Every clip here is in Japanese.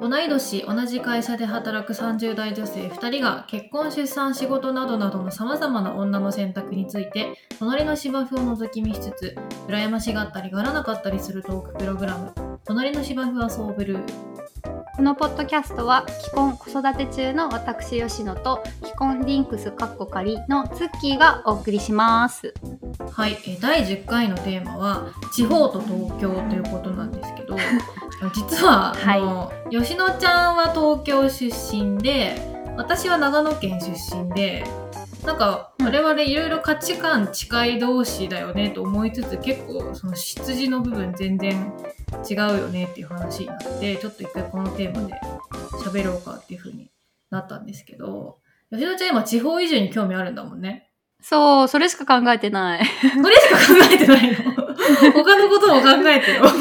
同い年同じ会社で働く30代女性2人が結婚出産仕事などなどのさまざまな女の選択について隣の芝生を覗き見しつつ羨ましがったりがらなかったりするトークプログラム、隣の芝生はそうブルー。 このポッドキャストは既婚子育て中の私吉野と既婚リンクス仮のツッキーがお送りします。 はい、第10回のテーマは地方と東京ということなんですけど実は、吉野ちゃんは東京出身で私は長野県出身で、なんか我々いろいろ価値観近い同士だよねと思いつつ、結構その出自の部分全然違うよねっていう話になって、ちょっと一回このテーマで喋ろうかっていう風になったんですけど、吉野ちゃん今地方移住に興味あるんだもんね。 そう、それしか考えてない。 それしか考えてないの他のことも考えてよ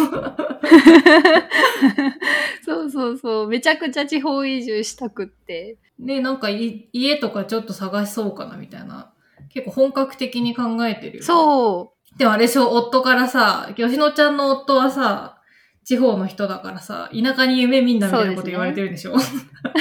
そう、めちゃくちゃ地方移住したくって。 ね、なんか家とかちょっと探しそうかなみたいな。結構本格的に考えてるよね。 そう。 でもあれでしょ、夫からさ、吉野ちゃんの夫はさ、地方の人だからさ、田舎に夢見んなみたいなこと言われてるんでしょ。め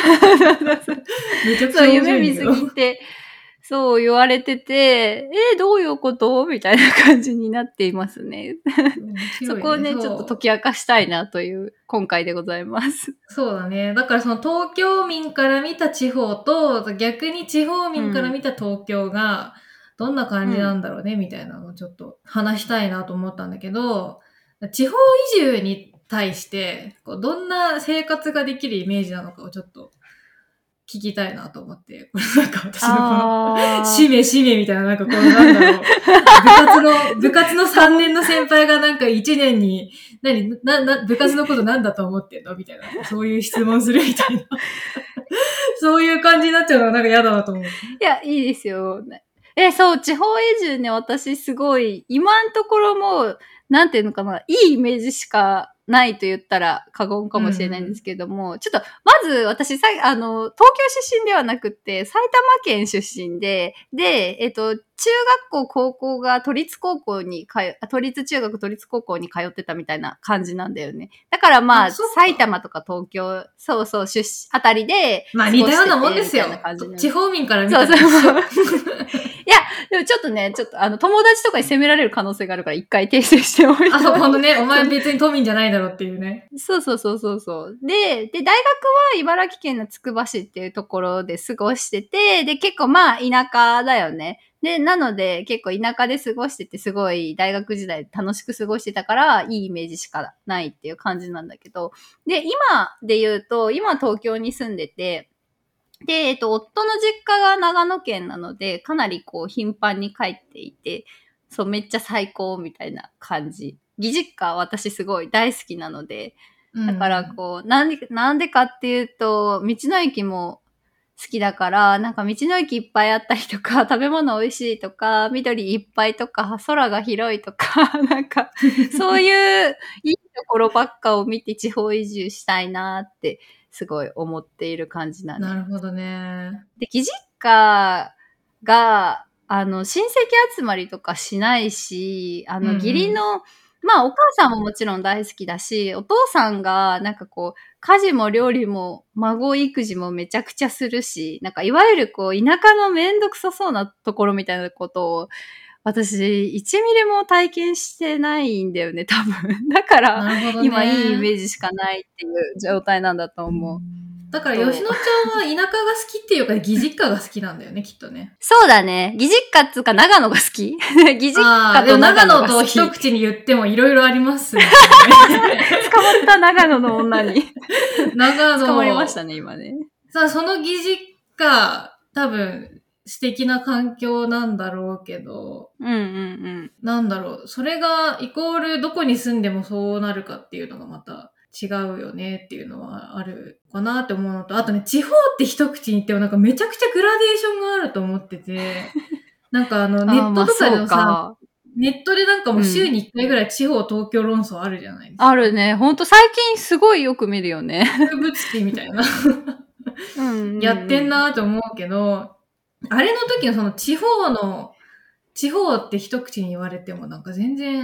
ちゃくちゃ面白いんだけど。 夢見すぎて、そう言われてて、どういうことみたいな感じになっていますね。そこをね、ちょっと解き明かしたいなという今回でございます。 そうだね。だからその東京民から見た地方と、逆に地方民から見た東京が、どんな感じなんだろうね、みたいなのをちょっと話したいなと思ったんだけど、地方移住に対して、どんな生活ができるイメージなのかをちょっと聞きたいなと思って、これなんか私のこの、使命みたいな、なんかこのなんだろう、部活の3年の先輩がなんか1年に、部活のことなんだと思ってんのみたいな、そういう質問するみたいな。そういう感じになっちゃうのはなんか嫌だなと思う。 いや、いいですよ。そう、地方移住ね、私すごい、今のところもう、なんていうのかな、いいイメージしかないと言ったら過言かもしれないんですけども、ちょっと、まず私東京出身ではなくって、埼玉県出身で、中学校、高校が都立中学、都立高校に通ってたみたいな感じなんだよね。だからまあ、埼玉とか東京、そう、あたりで、 まあ似たようなもんですよ。地方民から見たら一緒。 いや、でもちょっとね、友達とかに責められる可能性があるから一回訂正しておいて。 あ、そう、ほんとね、お前別に都民じゃないだろっていうね。 そう。で、大学は茨城県のつくば市っていうところで過ごしてて、で、結構まあ田舎だよね。で、なので結構田舎で過ごしてて、すごい大学時代楽しく過ごしてたから、いいイメージしかないっていう感じなんだけど、で、今で言うと、今東京に住んでて、で、夫の実家が長野県なので、かなりこう頻繁に帰っていて、そう、めっちゃ最高みたいな感じ。義実家私すごい大好きなので、だからこう、なんでかっていうと、道の駅も好きだから、なんか道の駅いっぱいあったりとか、食べ物美味しいとか、緑いっぱいとか、空が広いとか、なんか、そういういいところばっかを見て地方移住したいなってすごい思っている感じなんで。 なるほどね。 で、義実家が、親戚集まりとかしないし、義理の、まあ、お母さんももちろん大好きだし、お父さんが、なんかこう、家事も料理も、孫育児もめちゃくちゃするし、なんかいわゆるこう、田舎のめんどくさそうなところみたいなことを、私、1ミリも体験してないんだよね、多分。だから、今いいイメージしかないっていう状態なんだと思う。 だから、吉野ちゃんは田舎が好きっていうか、義実家が好きなんだよね、きっとね。 そうだね。義実家っつうか、長野が好き義実家と長野が好き。 長野と一口に言ってもいろいろありますね。 捕まった長野の女に。 長野。 捕まりましたね、今ね。 さあ、その義実家、多分、素敵な環境なんだろうけど、なんだろう。それが、イコール、どこに住んでもそうなるかっていうのがまた、違うよねっていうのはあるかなって思うのと、あとね、地方って一口に言ってもなんかめちゃくちゃグラデーションがあると思ってて、なんかネットとかでもさ、ネットでなんかもう週に1回ぐらい地方東京論争あるじゃないですか。 あるね。ほんと最近すごいよく見るよね。 風物詩みたいな。やってんなと思うけど、あれの時のその地方って一口に言われてもなんか全然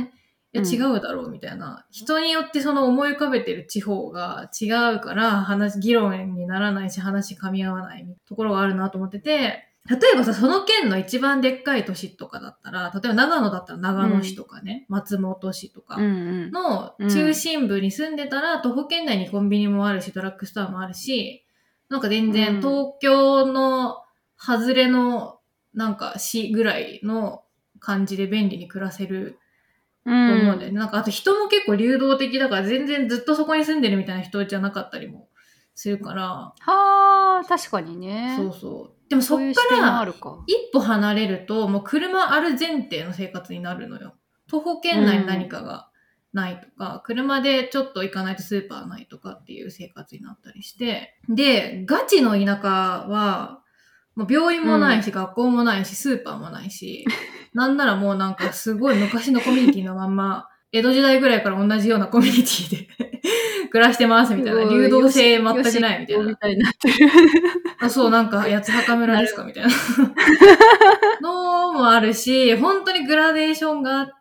いや違うだろうみたいな。人によってその思い浮かべてる地方が違うから議論にならないし話噛み合わないところがあるなと思ってて、例えばさ、その県の一番でっかい都市とかだったら、例えば長野だったら長野市とかね、松本市とかの中心部に住んでたら、徒歩圏内にコンビニもあるし、ドラッグストアもあるし、なんか全然東京の外れのなんか市ぐらいの感じで便利に暮らせると思うんだよね。なんかあと人も結構流動的だから全然ずっとそこに住んでるみたいな人じゃなかったりもするから。 はあ、確かにね。 そうそう。でもそっから一歩離れるともう車ある前提の生活になるのよ。徒歩圏内に何かがないとか、車でちょっと行かないとスーパーないとかっていう生活になったりして。で、ガチの田舎は、もう病院もないし、学校もないし、スーパーもないし、なんならもうなんかすごい昔のコミュニティのまんま、江戸時代ぐらいから同じようなコミュニティで暮らしてますみたいな。流動性全くないみたいな。 みたいになってるあ、そう、なんか八幡村ですかみたいなのもあるし、本当にグラデーションがあって、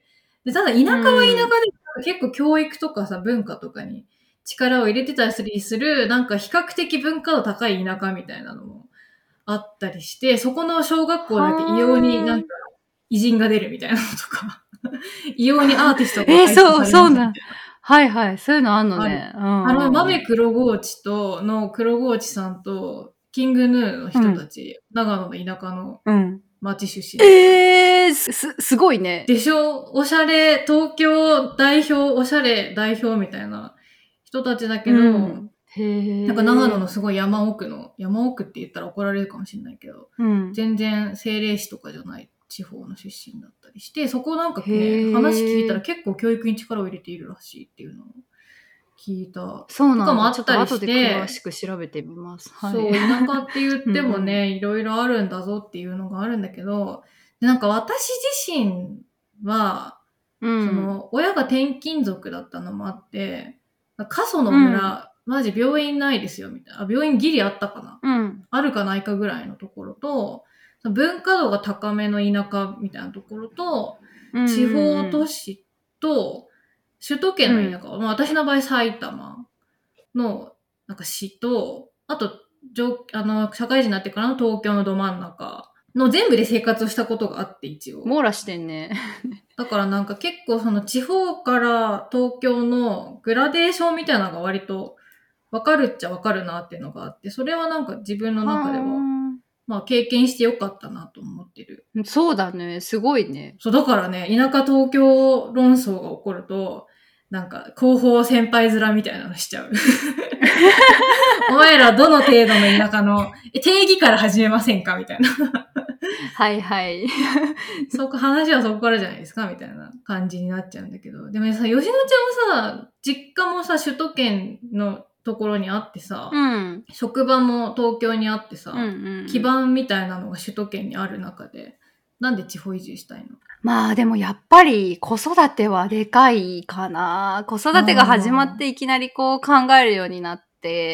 でただ田舎は田舎で結構教育とかさ、文化とかに力を入れてたりする、なんか比較的文化度高い田舎みたいなのもあったりして、そこの小学校だけ異様になんか偉人が出るみたいなのとか、異様にアーティストが輩出されるそうなん。はいはい、そういうのあんのね。 豆黒河内の黒河内さんと、キングヌーの人たち、長野の田舎の町出身。 すごいね。 でしょ？おしゃれ、東京代表、おしゃれ代表みたいな人たちだけど、なんか長野のすごい山奥って言ったら怒られるかもしれないけど、全然政令市とかじゃない地方の出身だったりして、そこなんかね、話聞いたら結構教育に力を入れているらしいっていうのを聞いた。 そうなんだ。 とかもあったりして、 ちょっと後で詳しく調べてみます。 はい、そう、田舎って言ってもね、いろいろあるんだぞっていうのがあるんだけど、なんか私自身は、その、親が転勤族だったのもあって、過疎の村、マジ病院ないですよ、みたいな。病院ギリあったかな、あるかないかぐらいのところと、文化度が高めの田舎みたいなところと、地方都市と、首都圏の田舎、私の場合埼玉のなんか市と、あと、社会人になってからの東京のど真ん中の全部で生活をしたことがあって、一応。 網羅してんね。 だからなんか結構その地方から東京のグラデーションみたいなのが割とわかるっちゃわかるなっていうのがあって、それはなんか自分の中でも、まあ経験してよかったなと思ってる。 そうだね。すごいね。 そう、だからね、田舎東京論争が起こると、なんか、広報先輩面みたいなのしちゃう。お前らどの程度の田舎の、定義から始めませんかみたいな。 はいはい。 話はそこからじゃないですかみたいな感じになっちゃうんだけど。でもさ、吉野ちゃんもさ、実家もさ、首都圏のところにあってさ、職場も東京にあってさ、基盤みたいなのが首都圏にある中で、なんで地方移住したいの？ まあでもやっぱり子育てはでかいかな。子育てが始まっていきなりこう考えるようになって、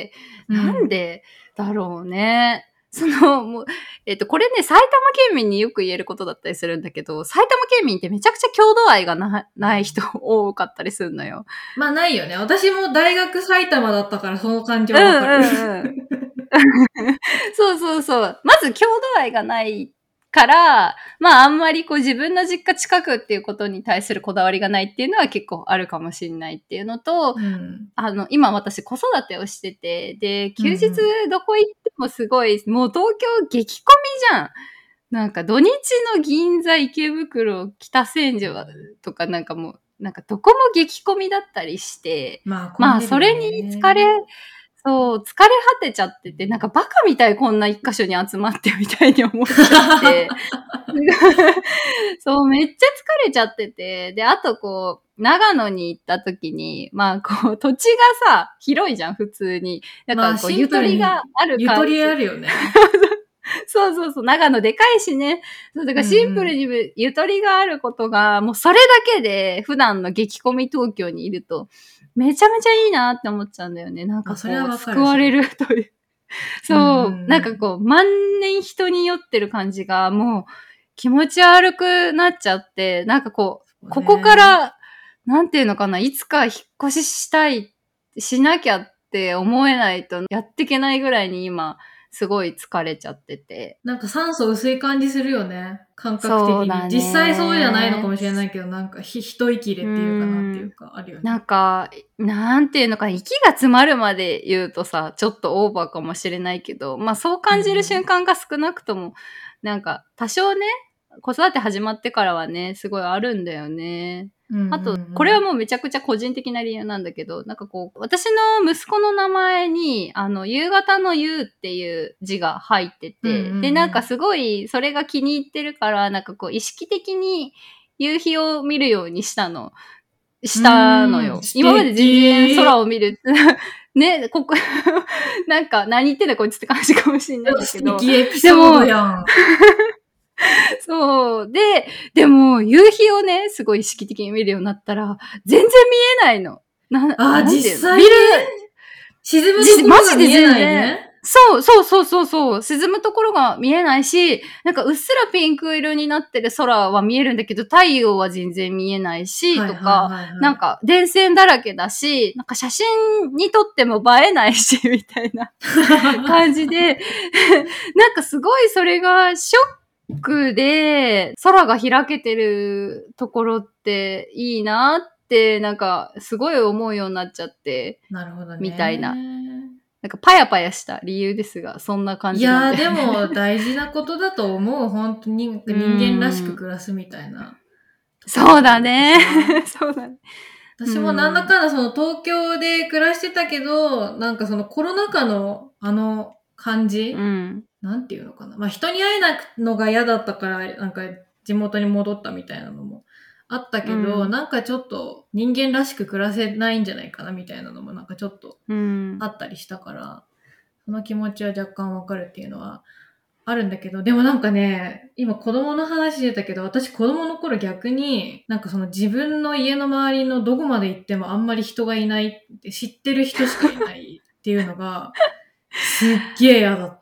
なんでだろうね。もう、これね、埼玉県民によく言えることだったりするんだけど、埼玉県民ってめちゃくちゃ郷土愛がない人多かったりするのよ。 まあないよね。私も大学埼玉だったからその感情はわかる。 そう。まず郷土愛がないから、まああんまりこう自分の実家近くっていうことに対するこだわりがないっていうのは結構あるかもしれないっていうのと、今私子育てをしてて、で、休日どこ行ってもすごい、もう東京激混みじゃん。なんか土日の銀座、池袋、北千住とかなんかもう、なんかどこも激混みだったりして、まあそれに疲れ果てちゃってて、なんかバカみたいこんな一箇所に集まってみたいに思っちゃって。そう、めっちゃ疲れちゃってて。で、あとこう、長野に行った時に、まあこう、土地がさ、広いじゃん、普通に。なんかこう、ゆとりがある感じ。 ゆとりあるよね。 そう、長野でかいしね。だからシンプルにゆとりがあることが、もうそれだけで普段の激混み東京にいると、めちゃめちゃいいなって思っちゃうんだよね。なんかこう、救われるという。そう、なんかこう、万年人に酔ってる感じが、もう気持ち悪くなっちゃって、なんかこう、 ここか、ら、なんていうのかな、いつか引っ越ししなきゃって思えないとやっていけないぐらいに今、すごい疲れちゃってて。 なんか酸素薄い感じするよね。感覚的に。 そうだね。 実際そうじゃないのかもしれないけど、なんか一息入れっていうかなっていうか、あるよね。 なんか、なんていうのかな、息が詰まるまで言うとさ、ちょっとオーバーかもしれないけど、まあそう感じる瞬間が少なくとも、なんか多少ね、子育て始まってからはね、すごいあるんだよね。あと、これはもうめちゃくちゃ個人的な理由なんだけど、なんかこう、私の息子の名前に、夕方の夕っていう字が入ってて、で、なんかすごい、それが気に入ってるから、なんかこう、意識的に夕日を見るようにしたのよ。今まで全然空を見る。ね、ここ、なんか、何言ってんだこいつって感じかもしれないんだけど。 素敵エピソードやん。 そう。でも、夕日をね、すごい意識的に見るようになったら、全然見えないの。 実際に沈むところが見えないね。 そう。沈むところが見えないし、なんかうっすらピンク色になってる空は見えるんだけど、太陽は全然見えないし、とか、なんか電線だらけだし、なんか写真に撮っても映えないし、みたいな感じで、なんかすごいそれがショックで、空が開けてるところっていいなって、なんかすごい思うようになっちゃって、 なるほどね。 みたいな。なんかパヤパヤした理由ですが、そんな感じなんで。いやー、でも大事なことだと思う。本当に人間らしく暮らすみたいな。 そうだね。そうだね。 私もなんだかんだその東京で暮らしてたけど、なんかそのコロナ禍の感じ、なんていうのかな。まあ人に会えないのが嫌だったから、なんか地元に戻ったみたいなのもあったけど、なんかちょっと人間らしく暮らせないんじゃないかなみたいなのもなんかちょっとあったりしたから、その気持ちは若干わかるっていうのはあるんだけど、でもなんかね、今子供の話してたけど、私子供の頃逆に、なんかその自分の家の周りのどこまで行ってもあんまり人がいないって知ってる人しかいないっていうのが、すっげえ嫌だった。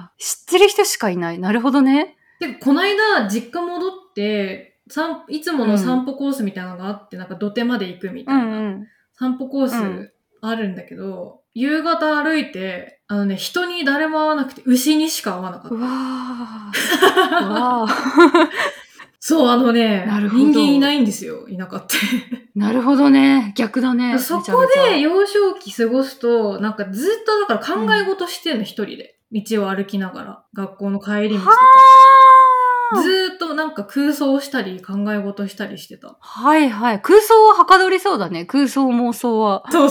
知ってる人しかいない。なるほどね。 で、こないだ実家戻って、いつもの散歩コースみたいなのがあって、なんか土手まで行くみたいな、散歩コースあるんだけど、夕方歩いて、人に誰も会わなくて、牛にしか会わなかった。うわー。そう、人間いないんですよ、田舎って。 なるほどね。逆だね。 そこで幼少期過ごすと、なんかずっとだから考え事してんの、一人で。道を歩きながら。学校の帰り道とか。ずーっとなんか空想したり考え事したりしてた。 はいはい。空想ははかどりそうだね。空想妄想は。 そう。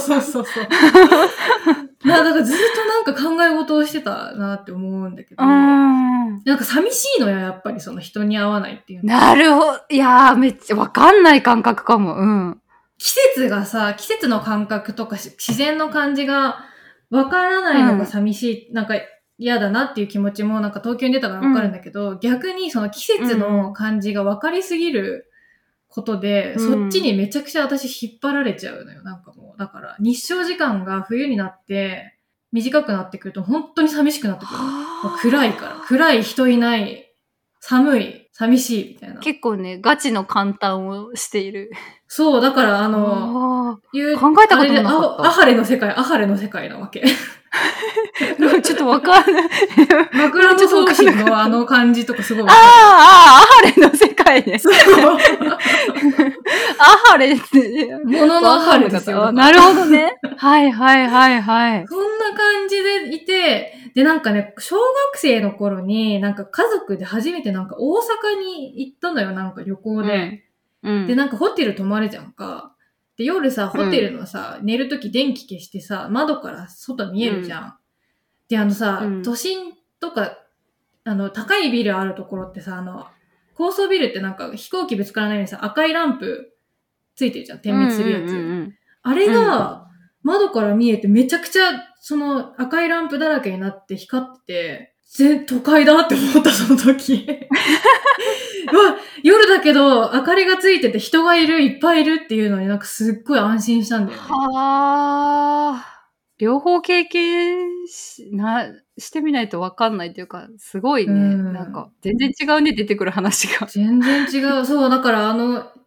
だからずっとなんか考え事をしてたなって思うんだけど。なんか寂しいのよ、やっぱりその人に会わないっていうの。 なるほど。いやー、めっちゃわかんない感覚かも。 季節の感覚とか自然の感じがわからないのが寂しい。なんか嫌だなっていう気持ちもなんか東京に出たからわかるんだけど、逆にその季節の感じがわかりすぎることで、そっちにめちゃくちゃ私引っ張られちゃうのよ。なんかもう、だから日照時間が冬になって短くなってくると本当に寂しくなってくるの。もう暗いから。暗い、人いない、寒い、寂しいみたいな。 結構ね、ガチの簡単をしている。 そう、だから考えたこともなかった。 アハレの世界なわけ。 ちょっとわかんない。 枕草子の感じとかすごい。 アハレの世界ね。アハレって。 物のアハレですよ。 なるほどね。はい。 そんな感じでいて、でなんかね、小学生の頃になんか家族で初めてなんか大阪に行ったのよ、なんか旅行で。で、なんかホテル泊まるじゃんか。で、夜さ、ホテルのさ、寝るとき電気消してさ、窓から外見えるじゃん。で、都心とか、高いビルあるところってさ、高層ビルってなんか飛行機ぶつからないようにさ、赤いランプついてるじゃん。点滅するやつ。あれが、窓から見えてめちゃくちゃ、その赤いランプだらけになって光ってて、都会だって思った、その時。夜だけど、明かりがついてて人がいっぱいいるっていうのになんかすっごい安心したんだよね。 両方経験してみないとわかんないというか、すごいね。なんか、全然違うね、出てくる話が。 全然違う。そう、だから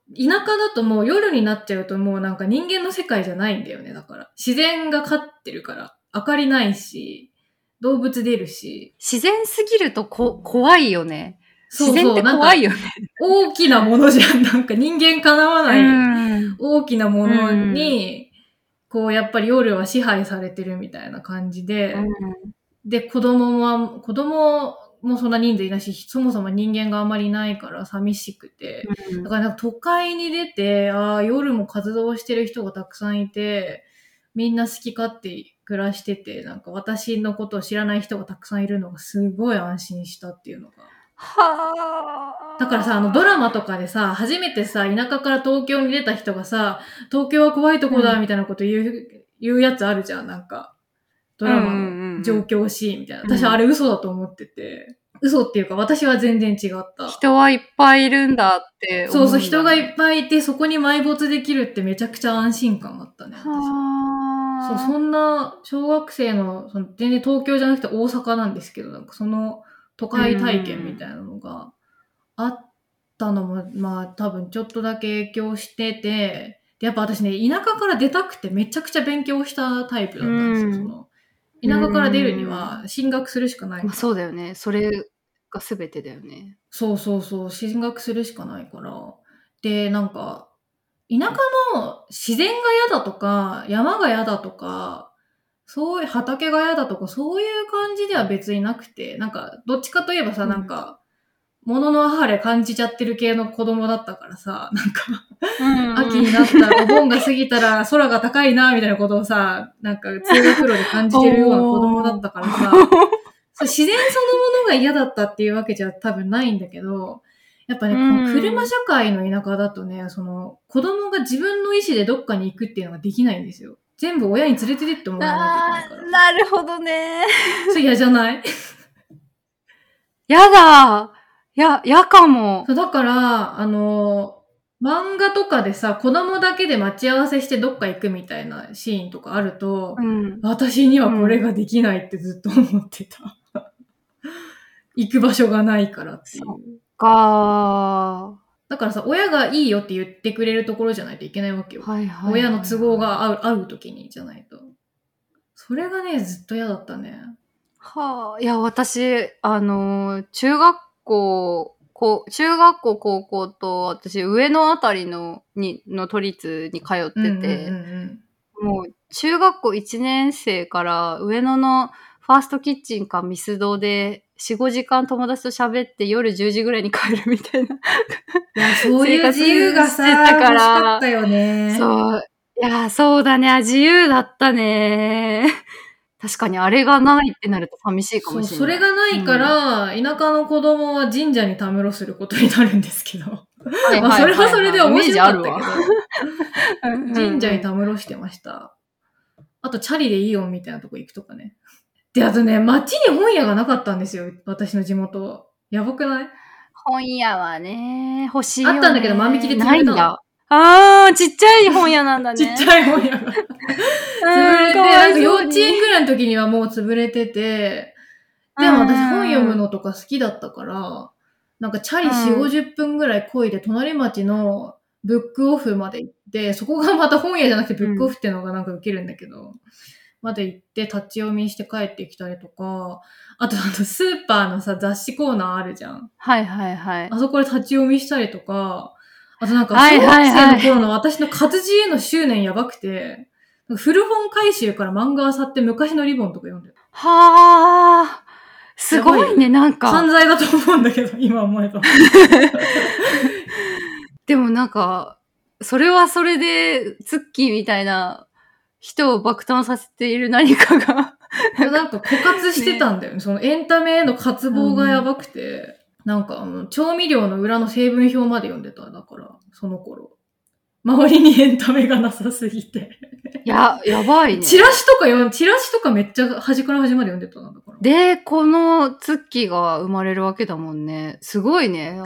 田舎だともう夜になっちゃうともうなんか人間の世界じゃないんだよね、だから。自然が勝ってるから。明かりないし、動物出るし。 自然すぎると怖いよね。 そうそう、 自然って怖いよね。 大きなものじゃん。なんか人間叶わないうん大きなものに、こうやっぱり夜は支配されてるみたいな感じで、で、子供もそんな人数いないし、そもそも人間があんまりいないから寂しくて、だからなんか都会に出て、夜も活動してる人がたくさんいて、みんな好き勝手暮らしてて、なんか私のことを知らない人がたくさんいるのがすごい安心したっていうのが。 はあ。 だからさ、ドラマとかでさ、初めてさ、田舎から東京に出た人がさ、東京は怖いとこだみたいなこと言うやつあるじゃん、なんか。ドラマの状況シーンみたいな。私あれ嘘だと思ってて。嘘っていうか私は全然違った。 人はいっぱいいるんだって思うんだ。そうそう、人がいっぱいいて、そこに埋没できるってめちゃくちゃ安心感あったね、私は。そう、そんな小学生の、全然東京じゃなくて大阪なんですけど、なんかその都会体験みたいなのがあったのも、まあ多分ちょっとだけ影響してて、でやっぱ私ね、田舎から出たくてめちゃくちゃ勉強したタイプだったんですよ、その。田舎から出るには進学するしかないから。 まあ、そうだよね。それが全てだよね。 そうそうそう。進学するしかないから。で、なんか、田舎の自然が嫌だとか、山が嫌だとか、そういう畑が嫌だとか、そういう感じでは別になくて、なんか、どっちかといえばさ、なんか、物のあれ感じちゃってる系の子供だったからさ、なんか、秋になったら、お盆が過ぎたら空が高いな、みたいなことをさ、なんか通学路で感じてるような子供だったからさ、自然そのものが嫌だったっていうわけじゃ多分ないんだけど、やっぱね、この車社会の田舎だとね、子供が自分の意思でどっかに行くっていうのができないんですよ。全部親に連れてってもらわないといけないから。 なるほどね。 それ嫌じゃない？ やだ。やかも。 だから、漫画とかでさ、子供だけで待ち合わせしてどっか行くみたいなシーンとかあると、私にはこれができないってずっと思ってた。行く場所がないからっていう。そっか。 だからさ、親がいいよって言ってくれるところじゃないといけないわけよ。親の都合が合う時にじゃないと。それがね、ずっと嫌だったね。 はあ、いや、私、中学校、高校と、私、上野あたりの都立に通ってて、もう、中学校1年生から上野のファーストキッチンかミスドで4、5時間友達と喋って夜10時ぐらいに帰るみたいな。いや、そういう自由がさ、欲しかったよね。 そう。いや、そうだね。自由だったね。確かにあれがないってなると寂しいかもしれない。 そう、それがないから、田舎の子供は神社にたむろすることになるんですけど。まあ、それはそれで面白かったけど。神社にたむろしてました。あと、チャリでイオンみたいなとこ行くとかね。で、あとね、街に本屋がなかったんですよ。私の地元。やばくない？ 本屋はね、欲しいよね。 あったんだけど、万引きで潰れたの。 ないんだ。あー、ちっちゃい本屋なんだね。 ちっちゃい本屋が。潰れて、なんか幼稚園ぐらいの時にはもう潰れてて、でも私本読むのとか好きだったから、なんかチャリ4、50分ぐらい漕いで隣町のブックオフまで行って、そこがまた本屋じゃなくてブックオフっていうのがなんか受けるんだけど、まで行って立ち読みして帰ってきたりとか、あとスーパーのさ、雑誌コーナーあるじゃん。 はいはいはい。 あそこで立ち読みしたりとか、あとなんか、小学生の頃の私の活字への執念やばくて、古本回収から漫画漁って昔のリボンとか読んでる。 はー。すごいね、なんか。 犯罪だと思うんだけど、今思えば。 でもなんか、それはそれで、ツッキーみたいな人を爆誕させている何かが。 なんか枯渇してたんだよね。そのエンタメへの渇望がやばくて、なんか調味料の裏の成分表まで読んでた。だから、その頃。周りにエンタメがなさすぎて。 やばいね。 チラシとかめっちゃ端から端まで読んでたな、だから。 で、このツッキーが生まれるわけだもんね。すごいね。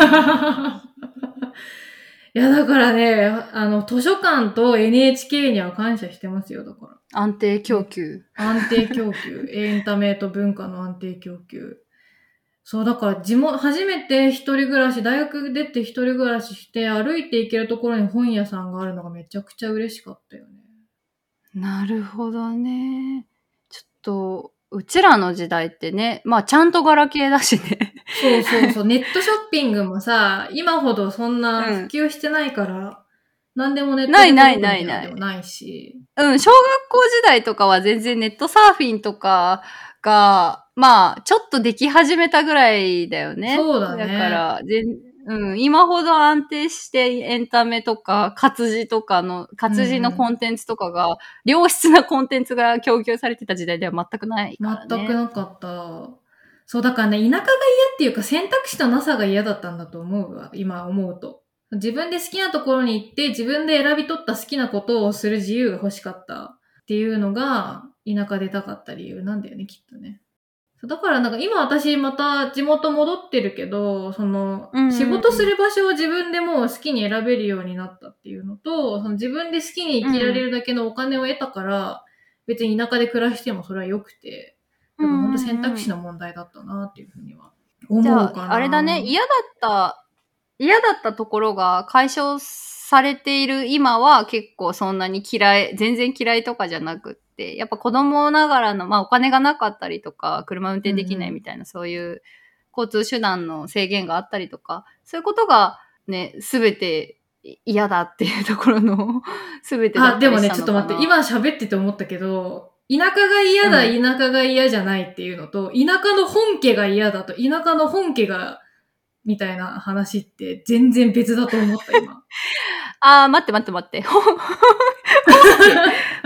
いや、だからね、図書館と NHK には感謝してますよ、だから。 安定供給。 安定供給。エンタメと文化の安定供給。 そう、だから初めて一人暮らし、大学出て一人暮らしして歩いて行けるところに本屋さんがあるのがめちゃくちゃ嬉しかったよね。 なるほどね。ちょっと、うちらの時代ってね、まあちゃんとガラケーだしね。 そうそうそう。ネットショッピングもさ、今ほどそんな普うん。 及してないから、何でもネットないなで届くみいないない。 たいなのでもないし。 うん、小学校時代とかは全然ネットサーフィンとかが、まあ、ちょっとでき始めたぐらいだよね。 そうだだかね。 ら、今ほど安定してエンタメとか活字のコンテンツとかが、良質なコンテンツが供給されてた時代では全くないから全くね。 なかった。そう、だからね、田舎が嫌っていうか選択肢のなさが嫌だったんだと思うわ、今思うと。自分で好きなところに行って、自分で選び取った好きなことをする自由が欲しかったっていうのが、田舎出たかった理由なんだよね、きっとね。だからなんか今私また地元戻ってるけど、仕事する場所を自分でもう好きに選べるようになったっていうのと、自分で好きに生きられるだけのお金を得たから、別に田舎で暮らしてもそれは良くて、だから本当選択肢の問題だったなっていうふうにはじゃあ、 思うかあれだね、 な。 嫌だったところが解消されている今は結構そんなに全然嫌いとかじゃなくって、やっぱ子供ながらの、まあお金がなかったりとか、車運転できないみたいな、そういう交通手段の制限があったりとか、そういうことがね、すべて嫌だっていうところのすべてだっでもね、 たりしたちょっと待って、 のかな。 今喋ってて思ったけど、田舎が嫌だ、 うん。 田舎が嫌じゃないっていうのと、田舎の本家が嫌だと、田舎の本家がみたいな話って全然別だと思った、今。 待って。本家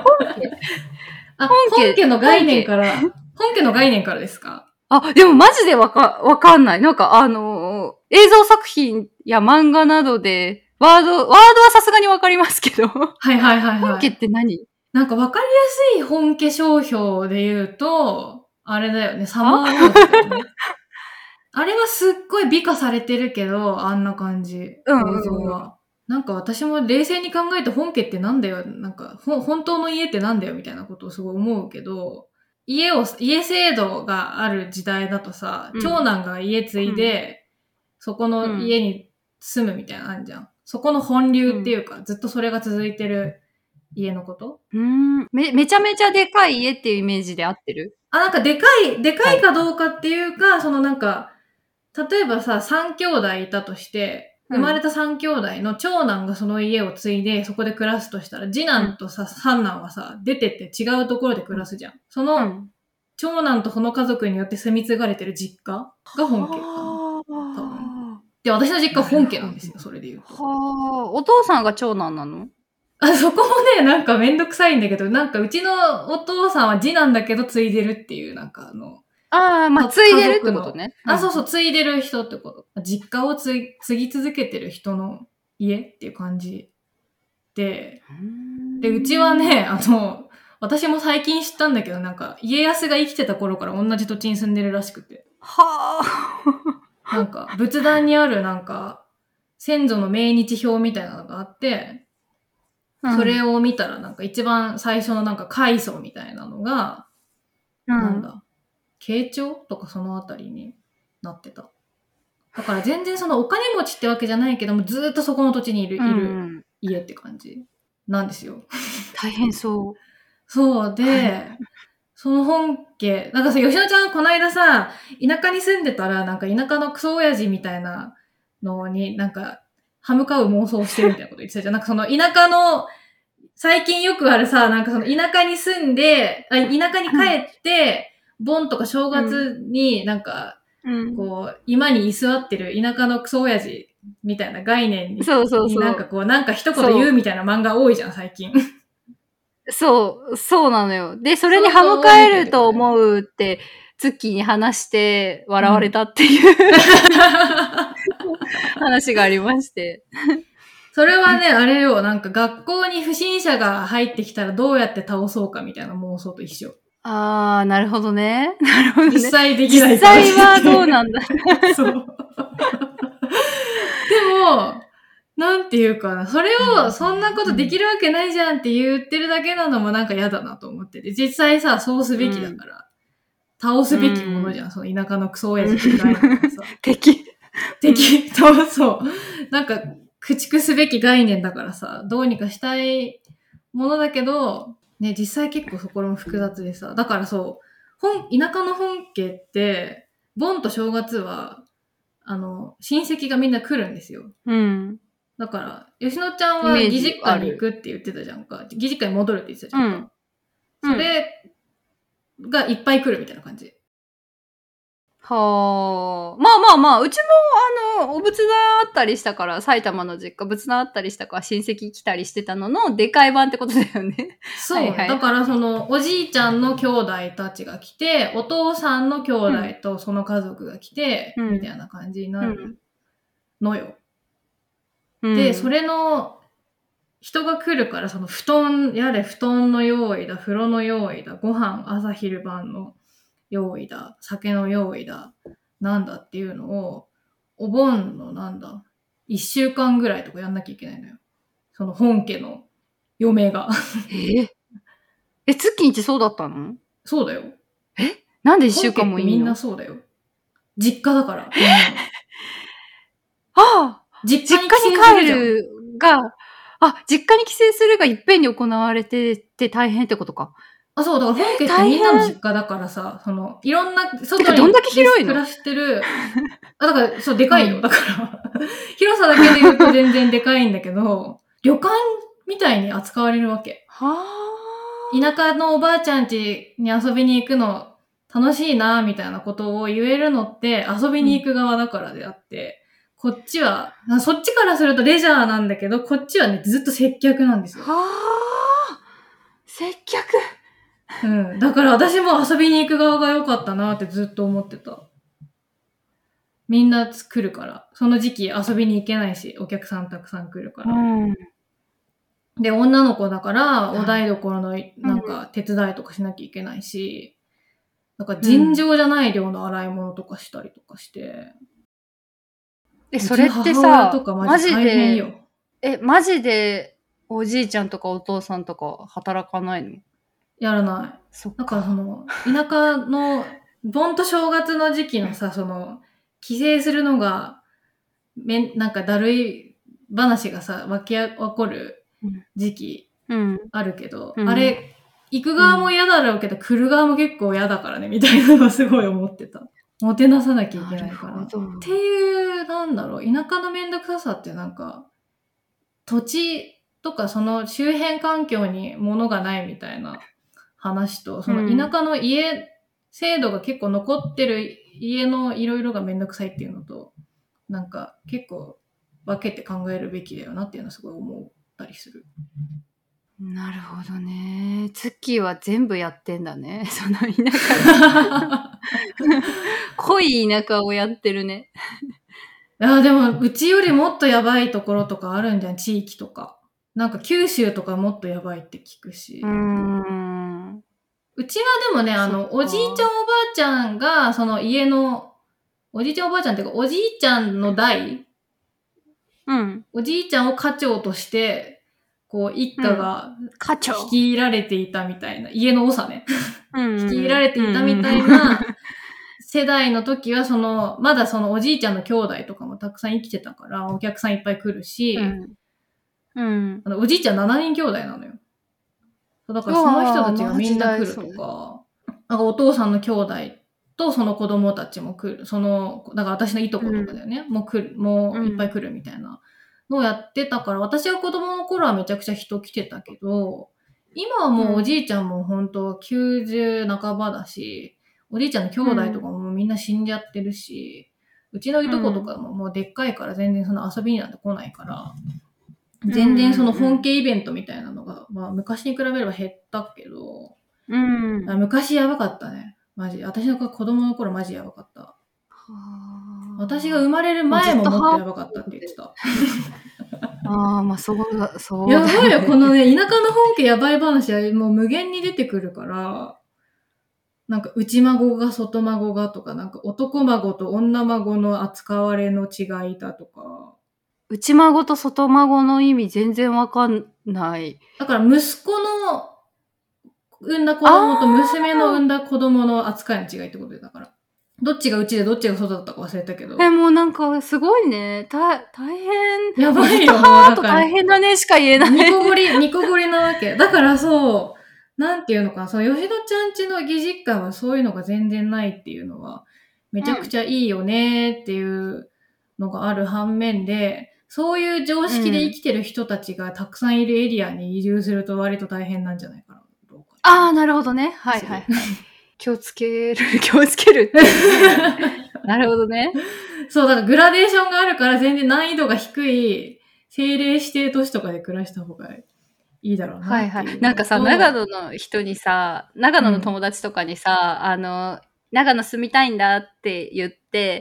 本家の概念からですか？ でもマジでわかんない。なんか映像作品や漫画などで、ワードはさすがにわかりますけど、本はいはいはいは家い。 って何？ なんかわかりやすい本家商標で言うと、あれだよね、サはマーウォーズだよね。あれはすっごい美化されてるけど、あんな感じ、 うん構造うんうん。 は。なんか私も冷静に考えて本家ってなんだよ、なんか、本当の家ってなんだよみたいなことをすごい思うけど、家制度がある時代だとさ、長男が家継いで、そこの家に住むみたいなのあるじゃん。そこの本流っていうか、ずっとそれが続いてる家のこと。 めちゃめちゃでかい家っていうイメージで合ってる？ なんかでかいかどうかっていうか、なんか、例えばさ、3兄弟いたとして、生まれた3兄弟の長男がその家を継いでそこで暮らすとしたら、次男とさ、三男はさ、出てって違うところで暮らすじゃん。その、長男とその家族によって住み継がれてる実家が本家かな。多分。で、私の実家本家なんですよ、それで言うと。 お父さんが長男なの？ そこもね、なんかめんどくさいんだけど、なんかうちのお父さんは次男だけど継いでるっていう、なんか継いでるってことね。 そうそう、継いでる人ってこと。実家を継ぎ続けてる人の家っていう感じで、うちはね、私も最近知ったんだけど、なんか、家康が生きてた頃から同じ土地に住んでるらしくて。なんか、仏壇にあるなんか、先祖の命日表みたいなのがあって、それを見たらなんか一番最初のなんか階層みたいなのが、なんだ、慶長とかそのあたりになってた。だから全然そのお金持ちってわけじゃないけども、ずーっとそこの土地にいる家って感じなんですよ。 大変そう。 そうで、その本家、なんかさ、吉野ちゃんこの間さ、田舎に住んでたら、なんか田舎のクソ親父みたいなのになんか、歯向かう妄想してるみたいなこと言ってたじゃん。なんかその田舎の、最近よくあるさ、なんかその田舎に住んで、田舎に帰って、盆とか正月になんか、こう、今に居座ってる田舎のクソ親父みたいな概念に、なんかこう、なんか一言言うみたいな漫画多いじゃん、最近。 そうなのよ。で、それに歯向かえると思うって、ツッキーに話して笑われたっていう、話がありまして。 それはね、あれよ、なんか学校に不審者が入ってきたらどうやって倒そうかみたいな妄想と一緒。 なるほどね。なるほどね。 実際できない。 実際はどうなんだ。 そう。でも、なんていうかな、それを、そんなことできるわけないじゃんって言ってるだけなのもなんか嫌だなと思ってて、実際さ、そうすべきだから。 倒すべきものじゃん。その田舎のクソ親父って概念がさ。 敵。 そう。なんか、駆逐すべき概念だからさ、どうにかしたいものだけど、ね、実際結構そこも複雑でさ、だからそう、田舎の本家って、盆と正月は、親戚がみんな来るんですよ。 うん。 だから、吉野ちゃんは義実家に行くって言ってたじゃんか。義実家に戻るって言ってたじゃんか。それがいっぱい来るみたいな感じ。 はあ。まあ、うちもお仏壇あったりしたから、埼玉の実家、仏壇あったりしたから親戚来たりしてたのの、でかい版ってことだよね。 そう。だからおじいちゃんの兄弟たちが来て、お父さんの兄弟とその家族が来て、みたいな感じになるのよ。で、それの、人が来るから、その布団の用意だ、風呂の用意だ、ご飯、朝昼晩の用意だ、酒の用意だ、なんだっていうのを、お盆の1週間ぐらいとかやんなきゃいけないのよ。その本家の嫁が。 月一そうだったの？ そうだよ。 なんで1週間もいいの？ みんなそうだよ。実家だから、みんな。 ああ実家に帰るが、実家に帰省するがいっぺんに行われてて大変ってことか。 そう、だから本家ってみんなの実家だからさ、いろんな外にどんだけ広いの？ 暮らしてる、だからそう、でかいよ。だから、広さだけで言うと全然でかいんだけど、旅館みたいに扱われるわけ。田舎のおばあちゃん家に遊びに行くの楽しいな、みたいなことを言えるのって遊びに行く側だからであって、こっちは、そっちからするとレジャーなんだけど、こっちはね、ずっと接客なんですよ。 接客。 だから私も遊びに行く側が良かったなってずっと思ってた。みんな来るから。その時期遊びに行けないし、お客さんたくさん来るから。で、女の子だから、お台所の手伝いとかしなきゃいけないし、尋常じゃない量の洗い物とかしたりとかして。 それってさ、マジでおじいちゃんとかお父さんとか働かないの？ やらない。だから田舎の、盆と正月の時期のさ、帰省するのが、だるい話がさ、起こる時期あるけど、あれ、行く側も嫌だろうけど、来る側も結構嫌だからね、みたいなのはすごい思ってた。もてなさなきゃいけないから。っていう、田舎のめんどくささって土地とかその周辺環境に物がないみたいな話と、その田舎の制度が結構残ってる家のいろいろがめんどくさいっていうのと、結構分けて考えるべきだよなっていうのはすごい思ったりする。 なるほどね。ツッキーは全部やってんだね。その田舎濃い田舎をやってるね。 いや、でも、うちよりもっとやばいところとかあるんじゃん、地域とか。九州とかもっとやばいって聞くし。うちはでもね、おじいちゃんおばあちゃんが、その家の、おじいちゃんおばあちゃんっていうか、おじいちゃんの代、おじいちゃんを家長として、一家が率いられていたみたいな、家の長ね。率いられていたみたいな世代の時は、まだおじいちゃんの兄弟とかもたくさん生きてたから、お客さんいっぱい来るし、おじいちゃん7人兄弟なのよ。だからその人たちがみんな来るとか、お父さんの兄弟とその子供たちも来る。だから私のいとことかだよね。もういっぱい来るみたいなのをやってたから、私が子供の頃はめちゃくちゃ人来てたけど、今はもうおじいちゃんも本当90半ばだし、おじいちゃんの兄弟とかもみんな死んじゃってるし、うちのいとことかももうでっかいから全然遊びになんて来ないから、全然本家イベントみたいなのが、昔に比べれば減ったけど、昔やばかったね。マジ。私の子供の頃マジやばかった。私が生まれる前ももっとやばかったって言ってた。 そうだ。 やばいよ、このね、田舎の本家やばい話はもう無限に出てくるから、内孫が外孫がとか、男孫と女孫の扱われの違いだとか。 内孫と外孫の意味全然わかんない。 だから息子の産んだ子供と娘の産んだ子供の扱いの違いってことでだから。どっちがうちでどっちが外だったか忘れたけど。 もうなんかすごいね。大変。 やばいよ、もうはーとだから。 大変だねしか言えない。 ニコゴリなわけ。だからそう、なんていうのかな、そう、吉野ちゃんちの義実家はそういうのが全然ないっていうのは、めちゃくちゃいいよねっていうのがある反面で、そういう常識で生きてる人たちがたくさんいるエリアに移住すると割と大変なんじゃないかな。 ああ、なるほどね。はいはいはい。気をつけるっていうね。なるほどね。 そう、だからグラデーションがあるから全然難易度が低い政令指定都市とかで暮らした方がいいだろうなっていう。 はいはい。なんかさ、長野の人にさ、長野の友達とかにさ、長野住みたいんだって言って、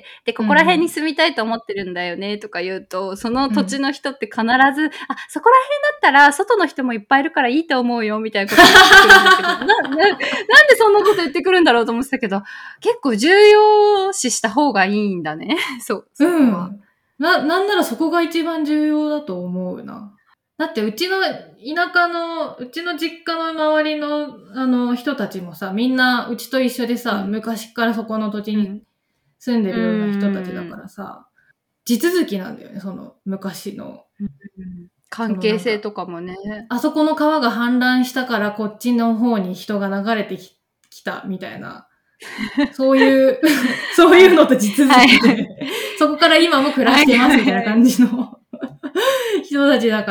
で、ここら辺に住みたいと思ってるんだよねとか言うと、その土地の人って必ず、あ、そこら辺だったら外の人もいっぱいいるからいいと思うよみたいなこと言ってくるんだけど、なんでそんなこと言ってくるんだろうと思ってたけど、結構重要視した方がいいんだね。そう。 なんならそこが一番重要だと思うな。だってうちの実家の周りの人たちもさ、みんなうちと一緒でさ、昔からそこの土地に住んでるような人たちだからさ、地続きなんだよね、その昔の。 関係性とかもね。 あそこの川が氾濫したからこっちの方に人が流れてきたみたいな。そういうのと地続きで、そこから今も暮らしてますみたいな感じの人たちだから、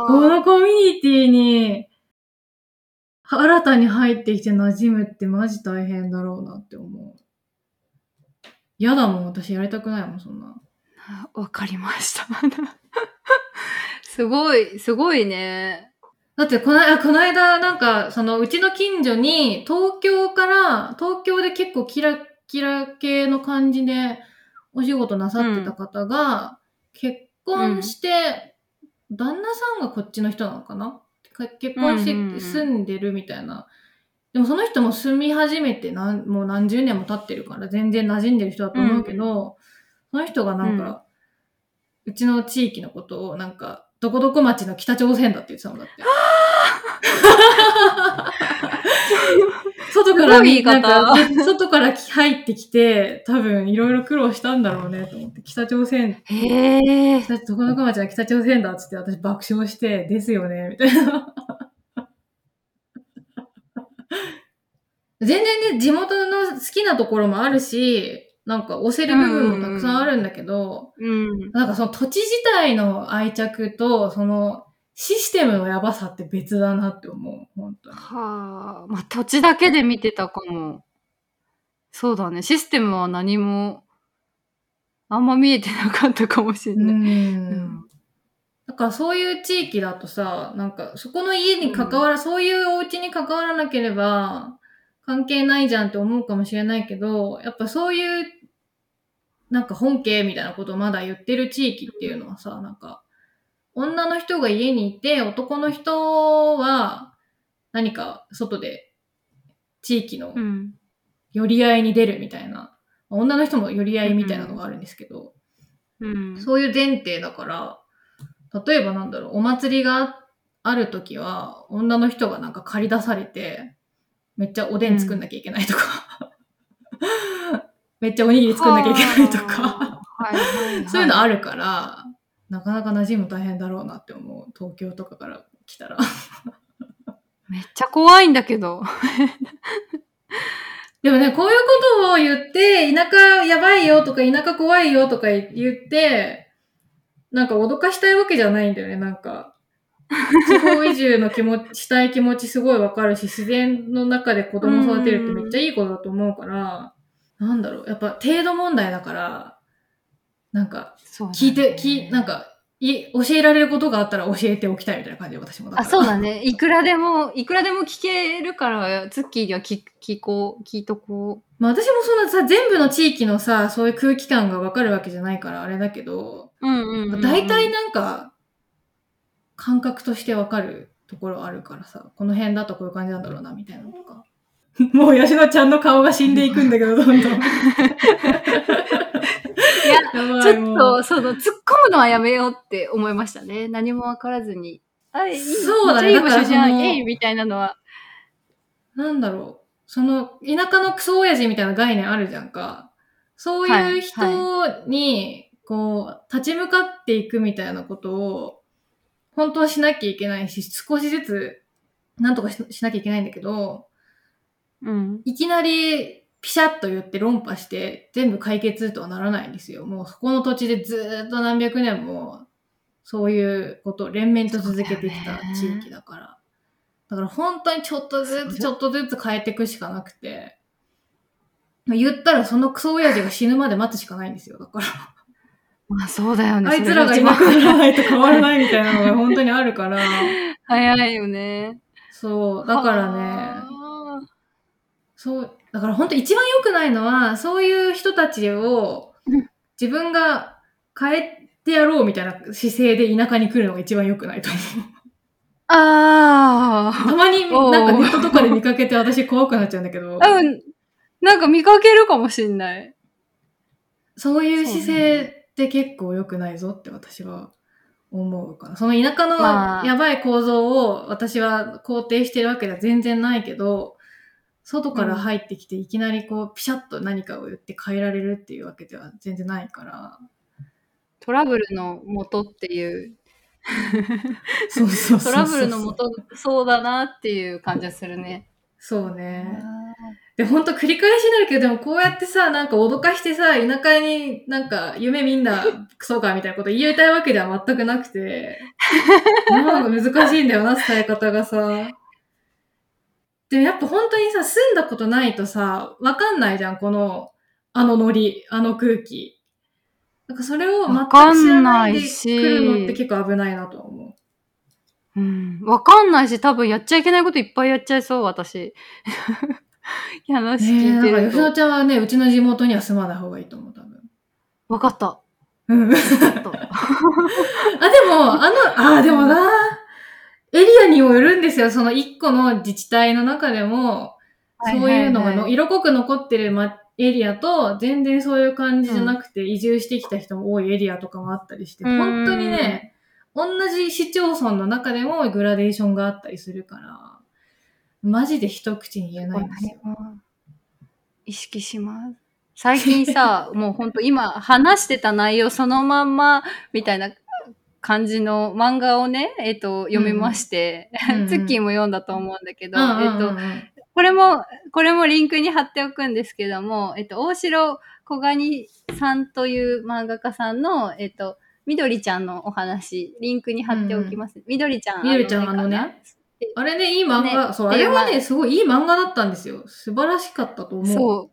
このコミュニティに新たに入ってきて馴染むってマジ大変だろうなって思う。嫌だもん、私やりたくないもん、そんな。 わかりました。すごいね。 だってこの間なんか、うちの近所に東京で結構キラ系の感じでお仕事なさってた方が、結婚して、旦那さんがこっちの人なのかな？結婚して住んでるみたいな。でもその人も住み始めてもう何十年も経ってるから全然馴染んでる人だと思うけど、その人がなんか、うちの地域のことをなんか、どこどこ町の北朝鮮だって言ってたもんだって。外から入ってきて、多分いろいろ苦労したんだろうねと思って、北朝鮮。どこどこ町の北朝鮮だっつって私爆笑して、ですよね、みたいな。全然ね、地元の好きなところもあるし、なんか押せる部分もたくさんあるんだけど、なんかその土地自体の愛着と、そのシステムのやばさって別だなって思う、本当に。 はあ、まあ土地だけで見てたかも。そうだね、システムは何も、あんま見えてなかったかもしれない。 だからそういう地域だとさ、なんかそこの家にそういうお家に関わらなければ関係ないじゃんって思うかもしれないけど、やっぱそういうなんか本家みたいなことをまだ言ってる地域っていうのはさ、なんか女の人が家にいて男の人は何か外で地域の寄り合いに出るみたいな、女の人も寄り合いみたいなのがあるんですけど、そういう前提だから、例えばなんだろう、お祭りがあるときは、女の人がなんか借り出されて、めっちゃおでん作んなきゃいけないとか、めっちゃおにぎり作んなきゃいけないとか、そういうのあるから、なかなか馴染む大変だろうなって思う。東京とかから来たら。 めっちゃ怖いんだけど。 でもね、こういうことを言って、田舎やばいよとか、田舎怖いよとか言って、なんか脅かしたいわけじゃないんだよね、なんか。地方移住のしたい気持ちすごいわかるし、自然の中で子供育てるってめっちゃいいことだと思うから、なんだろう、やっぱ程度問題だから、なんか、なんか、教えられることがあったら教えておきたいみたいな感じで私もだから。 そうだね。いくらでも聞けるから、ツッキーには聞いとこう。 まあ私もそんなさ、全部の地域のさ、そういう空気感がわかるわけじゃないからあれだけど、大体なんか、感覚としてわかるところあるからさ、この辺だとこういう感じなんだろうな、みたいなのとか。もう吉野ちゃんの顔が死んでいくんだけど、どんどん。いや、 ちょっと、突っ込むのはやめようって思いましたね。何もわからずに。 そうだね。 いい場所じゃん、みたいなのは。 なんだろう。その、田舎のクソ親父みたいな概念あるじゃんか。そういう人に、こう、立ち向かっていくみたいなことを、本当はしなきゃいけないし、少しずつ、なんとか しなきゃいけないんだけど、 うん。 いきなり、ピシャッと言って論破して、全部解決とはならないんですよ。もうそこの土地でずーっと何百年も、そういうことを連綿と続けてきた地域だから。だから本当にちょっとずつちょっとずつ変えていくしかなくて、言ったらそのクソ親父が死ぬまで待つしかないんですよ。だから。 まあそうだよね。 あいつらがいなくならないと変わらないみたいなのが本当にあるから。 早いよね。 そう。だからね、そう、だから本当一番良くないのは、そういう人たちを自分が変えてやろうみたいな姿勢で田舎に来るのが一番良くないと思う。 ああ。 たまになんかネットとかで見かけて私怖くなっちゃうんだけど。 なんか見かけるかもしんない。 そういう姿勢って結構良くないぞって私は思うかな。その田舎のやばい構造を私は肯定してるわけでは全然ないけど、外から入ってきていきなりこうピシャッと何かを言って変えられるっていうわけでは全然ないから。 トラブルの元っていう。 そうそうそうそう。 トラブルの元、そうだなっていう感じがするね。 そうね。で、ほんと繰り返しになるけど、でもこうやってさ、なんか脅かしてさ、田舎になんか夢みんなクソかみたいなこと言いたいわけでは全くなくて、なんか難しいんだよな、伝え方がさ。でもやっぱ本当にさ、住んだことないとさ、わかんないじゃん、この、あのノリ、あの空気。なんかそれを全く知らないで来るのって結構危ないなとは思う。 うん。わかんないし、多分やっちゃいけないこといっぱいやっちゃいそう、私。話聞いてると。 なんか吉野ちゃんはね、うちの地元には住まない方がいいと思う、多分。 わかった。 うん。でも、でもな、エリアにもよるんですよ。その一個の自治体の中でも、そういうのが色濃く残ってるエリアと、全然そういう感じじゃなくて、移住してきた人も多いエリアとかもあったりして、本当にね、同じ市町村の中でもグラデーションがあったりするから、マジで一口に言えないんですよ。 意識します。最近さ、もうほんと今話してた内容そのまんまみたいな感じの漫画をね、読みまして、ツッキーも読んだと思うんだけど、これもリンクに貼っておくんですけども、大城小蟹さんという漫画家さんの、みどりちゃんのお話、リンクに貼っておきます。みどりちゃんね。あれね、いい漫画、そう、あれはね、すごいいい漫画だったんですよ。素晴らしかったと思う。 そう。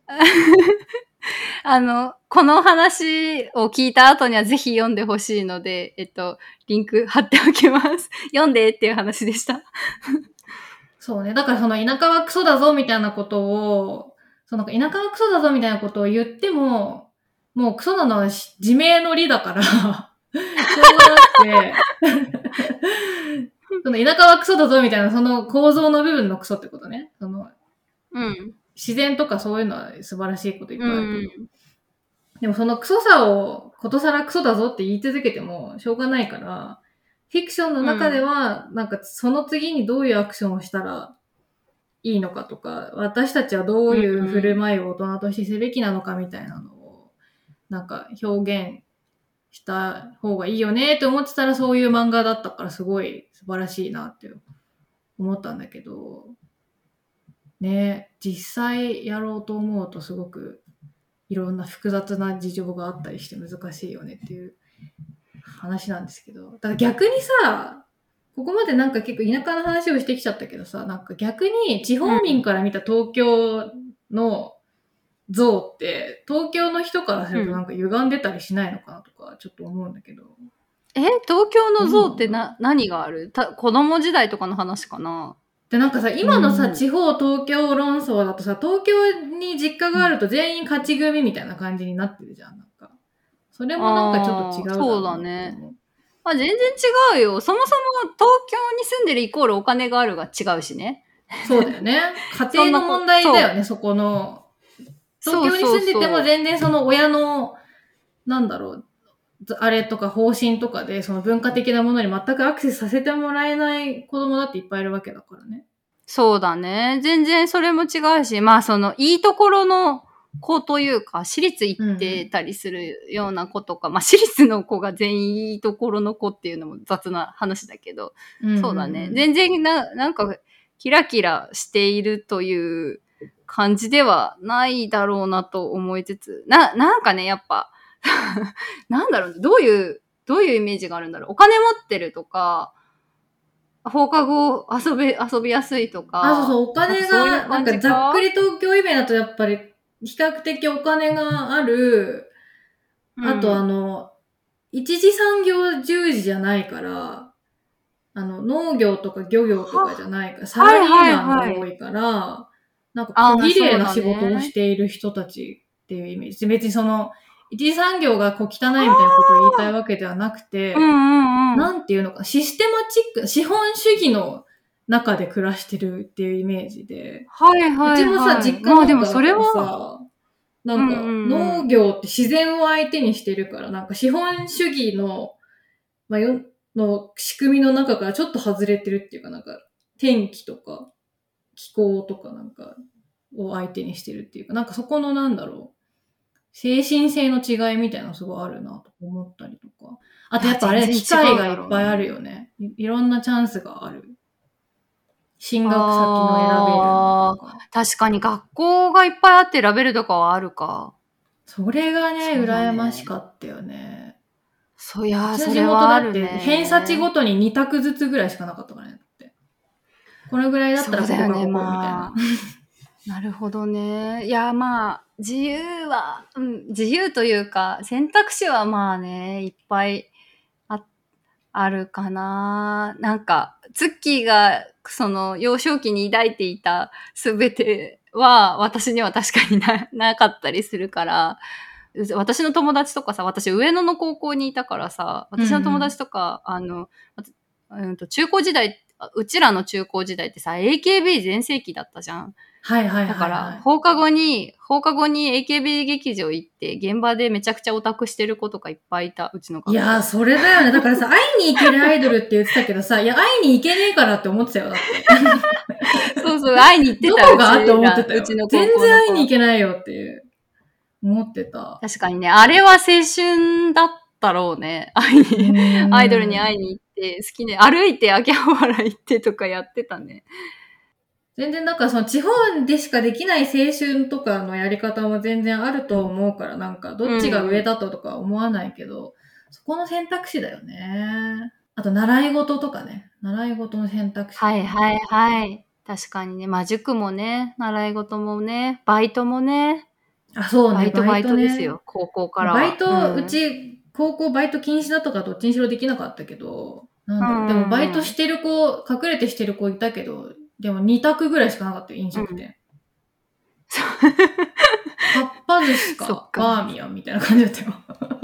この話を聞いた後にはぜひ読んでほしいので、リンク貼っておきます。読んでっていう話でした。 そうね。だからその田舎はクソだぞみたいなことを、田舎はクソだぞみたいなことを言っても、もうクソなのは自明の理だから、しょうがなくて、その田舎はクソだぞみたいなその構造の部分のクソってことね。自然とかそういうのは素晴らしいこといっぱいあるけど。でもそのクソさをことさらクソだぞって言い続けてもしょうがないから、フィクションの中では、なんかその次にどういうアクションをしたらいいのかとか、私たちはどういう振る舞いを大人としてすべきなのかみたいなのを、なんか表現した方がいいよねって思ってたらそういう漫画だったからすごい素晴らしいなって思ったんだけど、ね、実際やろうと思うとすごくいろんな複雑な事情があったりして難しいよねっていう話なんですけど、だから逆にさ、ここまでなんか結構田舎の話をしてきちゃったけどさ、なんか逆に地方民から見た東京の像って、東京の人からするとなんか歪んでたりしないのかなとかちょっと思うんだけど。 東京の像って何がある？子供時代とかの話かな？ で、なんかさ、今のさ、地方東京論争だとさ、東京に実家があると全員勝ち組みたいな感じになってるじゃん、なんか。それもなんかちょっと違うだろうな。 そうだね。全然違うよ。そもそも東京に住んでるイコールお金があるが違うしね。 そうだよね。家庭の問題だよね、そこの。東京に住んでても全然その親の、なんだろう、あれとか方針とかで、その文化的なものに全くアクセスさせてもらえない子供だっていっぱいいるわけだからね。 そうだね。全然それも違うし、まあその、いいところの子というか、私立行ってたりするような子とか、まあ私立の子が全員いいところの子っていうのも雑な話だけど、そうだね。全然なんか、キラキラしているという感じではないだろうなと思いつつ、なんかね、やっぱ、なんだろう、どういうイメージがあるんだろう。お金持ってるとか、放課後遊びやすいとか、 そうそう、お金が、なんかざっくり東京イベントだとやっぱり、比較的お金がある、あと一次産業従事じゃないから、農業とか漁業とかじゃないから、サラリーマンが多いから、なんか小綺麗な仕事をしている人たちっていうイメージ。別に一次産業が小汚いみたいなことを言いたいわけではなくて、なんていうのか、システマチック、資本主義の中で暮らしてるっていうイメージで。うちもさ、実家農家だからさ、なんか農業って自然を相手にしてるから、なんか資本主義の、の仕組みの中からちょっと外れてるっていうか、なんか天気とか気候とかなんかを相手にしてるっていうか、なんかそこの精神性の違いみたいなのすごいあるなと思ったりとか。あとやっぱあれ、機会がいっぱいあるよね。いろんなチャンスがある。進学先の選べるのとか。 確かに学校がいっぱいあって選べるとかはあるか。 それがね、羨ましかったよね。 それはあるね。 偏差値ごとに2択ずつぐらいしかなかったからね。これぐらいだったらここかここみたいな。 なるほどね。いや、まあ、自由というか、選択肢はまあね、いっぱいあるかな。なんか、ツッキーが、幼少期に抱いていたすべては、私には確かになかったりするから、私の友達とかさ、私上野の高校にいたからさ、私の友達とか、中高時代、うちらの中高時代ってさ、AKB 全盛期だったじゃん。だから、放課後に AKB 劇場行って、現場でめちゃくちゃオタクしてる子とかいっぱいいた、うちの学校。 いやー、それだよね。だからさ、会いに行けるアイドルって言ってたけどさ、いや、会いに行けねえからって思ってたよ、だって。 そう、会いに行ってた。 どこがって思ってたよ。全然会いに行けないよっていう、思ってた。 確かにね、あれは青春だったろうね。アイドルに会いに行って、好きで、歩いて秋葉原行ってとかやってたね。 全然、だから地方でしかできない青春とかのやり方も全然あると思うから、なんか、どっちが上だとか思わないけど、そこの選択肢だよね。あと、習い事とかね。習い事の選択肢。 はいはいはい。確かにね。まあ、塾もね、習い事もね、バイトもね。 そうね。 バイトですよ。高校からは。 バイト、うち、高校バイト禁止だとかどっちにしろできなかったけど、でもバイトしてる子、隠れてしてる子いたけど、でも2択ぐらいしかなかったよ、飲食店。かっぱ寿司か、バーミヤンみたいな感じだったよ。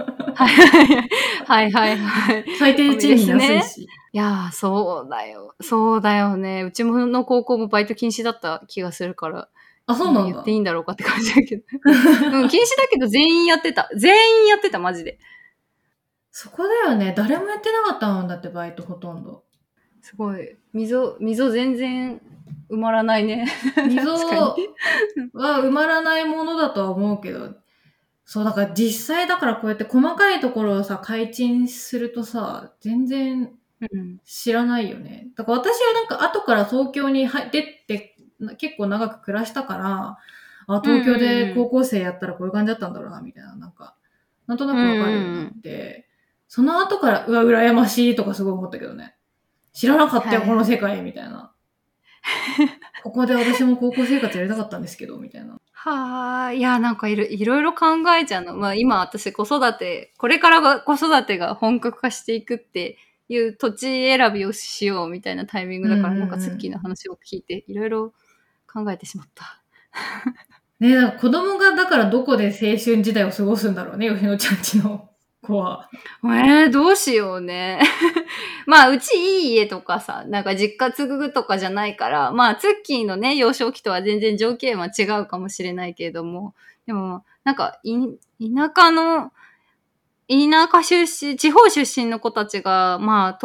はいはいはい。 最低賃金安いし。 いやー、そうだよ。そうだよね。うちの高校もバイト禁止だった気がするから。 そうなんだ。 言っていいんだろうかって感じだけど。禁止だけど全員やってた。マジで。 そこだよね。誰もやってなかったもんだって、バイトほとんど。 すごい。溝全然埋まらないね。 溝は埋まらないものだとは思うけど、そう、だから実際だからこうやって細かいところをさ、開陳するとさ、全然知らないよね。だから私はなんか後から東京に出て結構長く暮らしたから、東京で高校生やったらこういう感じだったんだろうな、みたいな、なんとなくわかるようになって、その後から、羨ましいとかすごい思ったけどね。知らなかったよ、この世界、みたいな。ここで私も高校生活やりたかったんですけど、みたいな。 いや、なんかいろいろ考えちゃうの。まあ今私これから子育てが本格化していくっていう土地選びをしようみたいなタイミングだから、なんかツッキーの話を聞いていろいろ考えてしまった。 ね、なんか子供がだからどこで青春時代を過ごすんだろうね、吉野ちゃんちの子は。 どうしようね。まあ、うちいい家とかさ、なんか実家継ぐとかじゃないから、まあ、ツッキーのね、幼少期とは全然条件は違うかもしれないけれども、でも、なんか、田舎出身、地方出身の子たちが、まあ、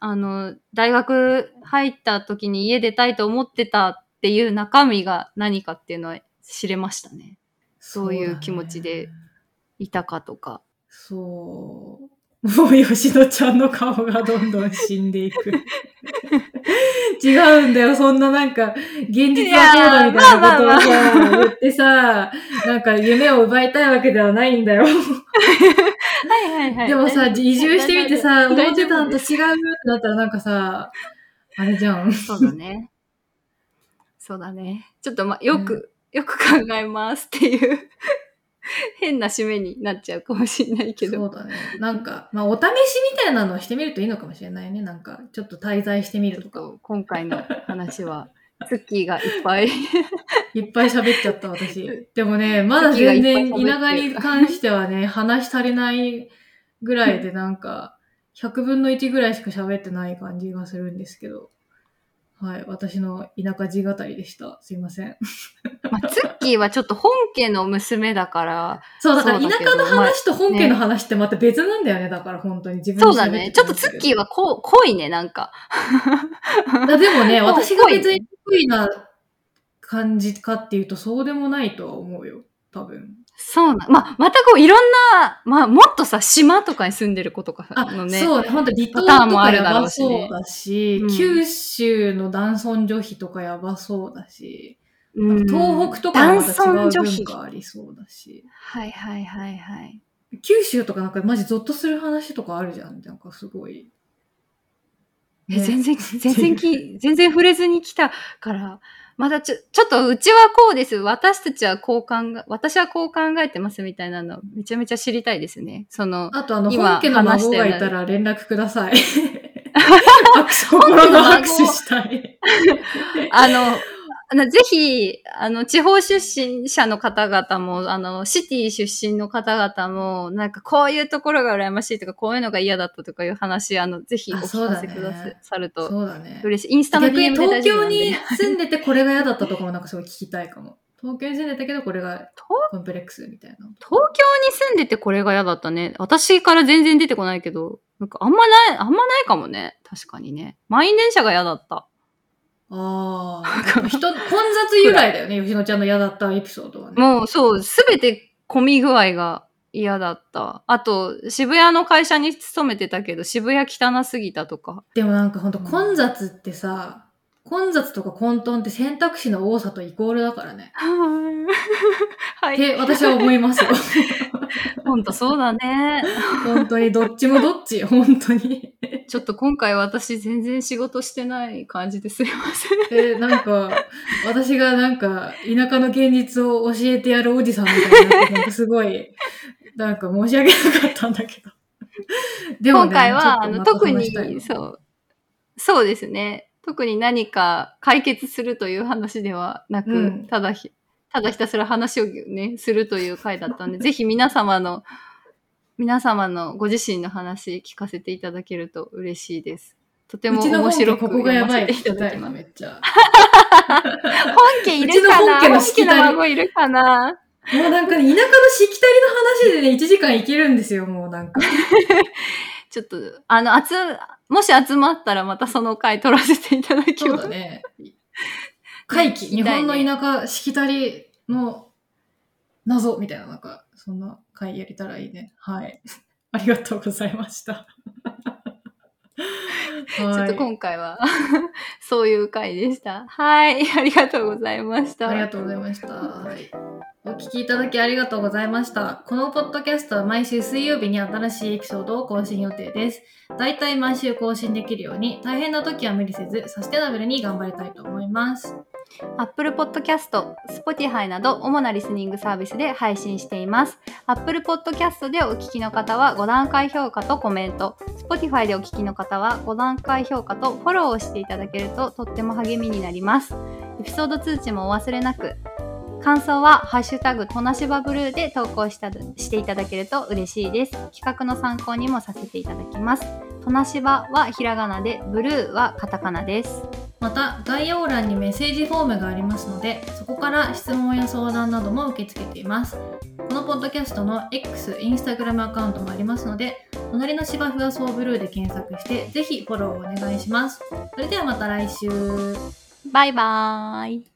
大学入った時に家出たいと思ってたっていう中身が何かっていうのは知れましたね。そういう気持ちでいたかとか。 そう。もう吉野ちゃんの顔がどんどん死んでいく。違うんだよ。そんななんか、現実はこうだみたいなことをさ、言ってさ、なんか夢を奪いたいわけではないんだよ。 はいはいはい。 でもさ、移住してみてさ、思ってたんと違うってなったらなんかさ、あれじゃん。 そうだね。そうだね。ちょっとよく考えますっていう変な締めになっちゃうかもしれないけど。 そうだね。なんか、お試しみたいなのをしてみるといいのかもしれないね。なんか、ちょっと滞在してみるとか。 今回の話は、ツッキーがいっぱいいっぱい喋っちゃった私。でもね、まだ全然田舎に関してはね、話し足りないぐらいでなんか、100分の1ぐらいしか喋ってない感じがするんですけど。はい、私の田舎地語りでした。すいません。 ツッキーはちょっと本家の娘だから。 そう、だから田舎の話と本家の話ってまた別なんだよね。だから本当に自分でそうだね。ちょっとツッキーは濃いね、なんか。 でもね、私が別に得意な感じかっていうとそうでもないとは思うよ。多分。 そうな。またいろんな、もっとさ、島とかに住んでる子とかのね。 そうね、ほんと離島とかやばそうだし、九州の男尊女卑とかやばそうだし、東北とかもまた違う文化ありそうだし。 はいはいはいはい。 九州とかなんかマジゾッとする話とかあるじゃん。なんかすごい。 ね、全然触れずに来たから、まだちょっとうちはこうです。私はこう考えてますみたいなのめちゃめちゃ知りたいですね。 あと本家の孫がいたら連絡ください。心の握手したい。 ぜひ、地方出身者の方々も、シティ出身の方々も、なんかこういうところが羨ましいとか、こういうのが嫌だったとかいう話、ぜひお聞かせくださると嬉しい。インスタの DM で大丈夫なんで。 東京に住んでてこれが嫌だったとかもなんかすごい聞きたいかも。東京に住んでたけどこれがコンプレックスみたいな。 東京に住んでてこれが嫌だったね。私から全然出てこないけど、なんかあんまないかもね。確かにね。満員電車が嫌だった。 混雑由来だよね、吉野ちゃんの嫌だったエピソードはね。 もうそう、すべて混み具合が嫌だった。あと、渋谷の会社に勤めてたけど、渋谷汚すぎたとか。 でもなんかほんと混雑ってさ、混雑とか混沌って選択肢の多さとイコールだからね。 はい。 って私は思いますよ。 ほんとそうだね。 本当にどっちもどっち、本当に。 ちょっと今回私全然仕事してない感じですいません。なんか、私がなんか田舎の現実を教えてやるおじさんみたいな、なんかすごい、なんか申し訳なかったんだけど。 でもね、今回は特に、そうですね。特に何か解決するという話ではなく、ただひたすら話をね、するという回だったんで、ぜひ皆様のご自身の話聞かせていただけると嬉しいです。とても面白く読ませていただきます。 めっちゃ。 本家いるかな？本家の孫いるかな？ もうなんか、田舎のしきたりの話でね、1時間いけるんですよ、もうなんか。 ちょっと、もし集まったらまたその回取らせていただきます。 そうだね。回帰、日本の田舎しきたりの謎みたいな、なんか、そんな回やれたらいいね。はい。ありがとうございました。 ちょっと今回はそういう回でした。はい、ありがとうございました。 ありがとうございました。はい。お聞きいただきありがとうございました。このポッドキャストは毎週水曜日に新しいエピソードを更新予定です。だいたい毎週更新できるように、大変な時は無理せず、サステナブルに頑張りたいと思います。 Apple Podcast、Spotify など主なリスニングサービスで配信しています。Apple Podcast でお聞きの方は5段階評価とコメント、Spotify でお聞きの方は5段階評価とフォローをしていただけるととっても励みになります。エピソード通知もお忘れなく。感想はハッシュタグとなしばブルーで投稿していただけると嬉しいです。企画の参考にもさせていただきます。となしばはひらがなで、ブルーはカタカナです。 また概要欄にメッセージフォームがありますので、そこから質問や相談なども受け付けています。ここのポッドキャストの X、インスタグラムアカウントもありますので、隣の芝生はソーブルーで検索して、ぜひフォローをお願いします。それではまた来週。 バイバーイ。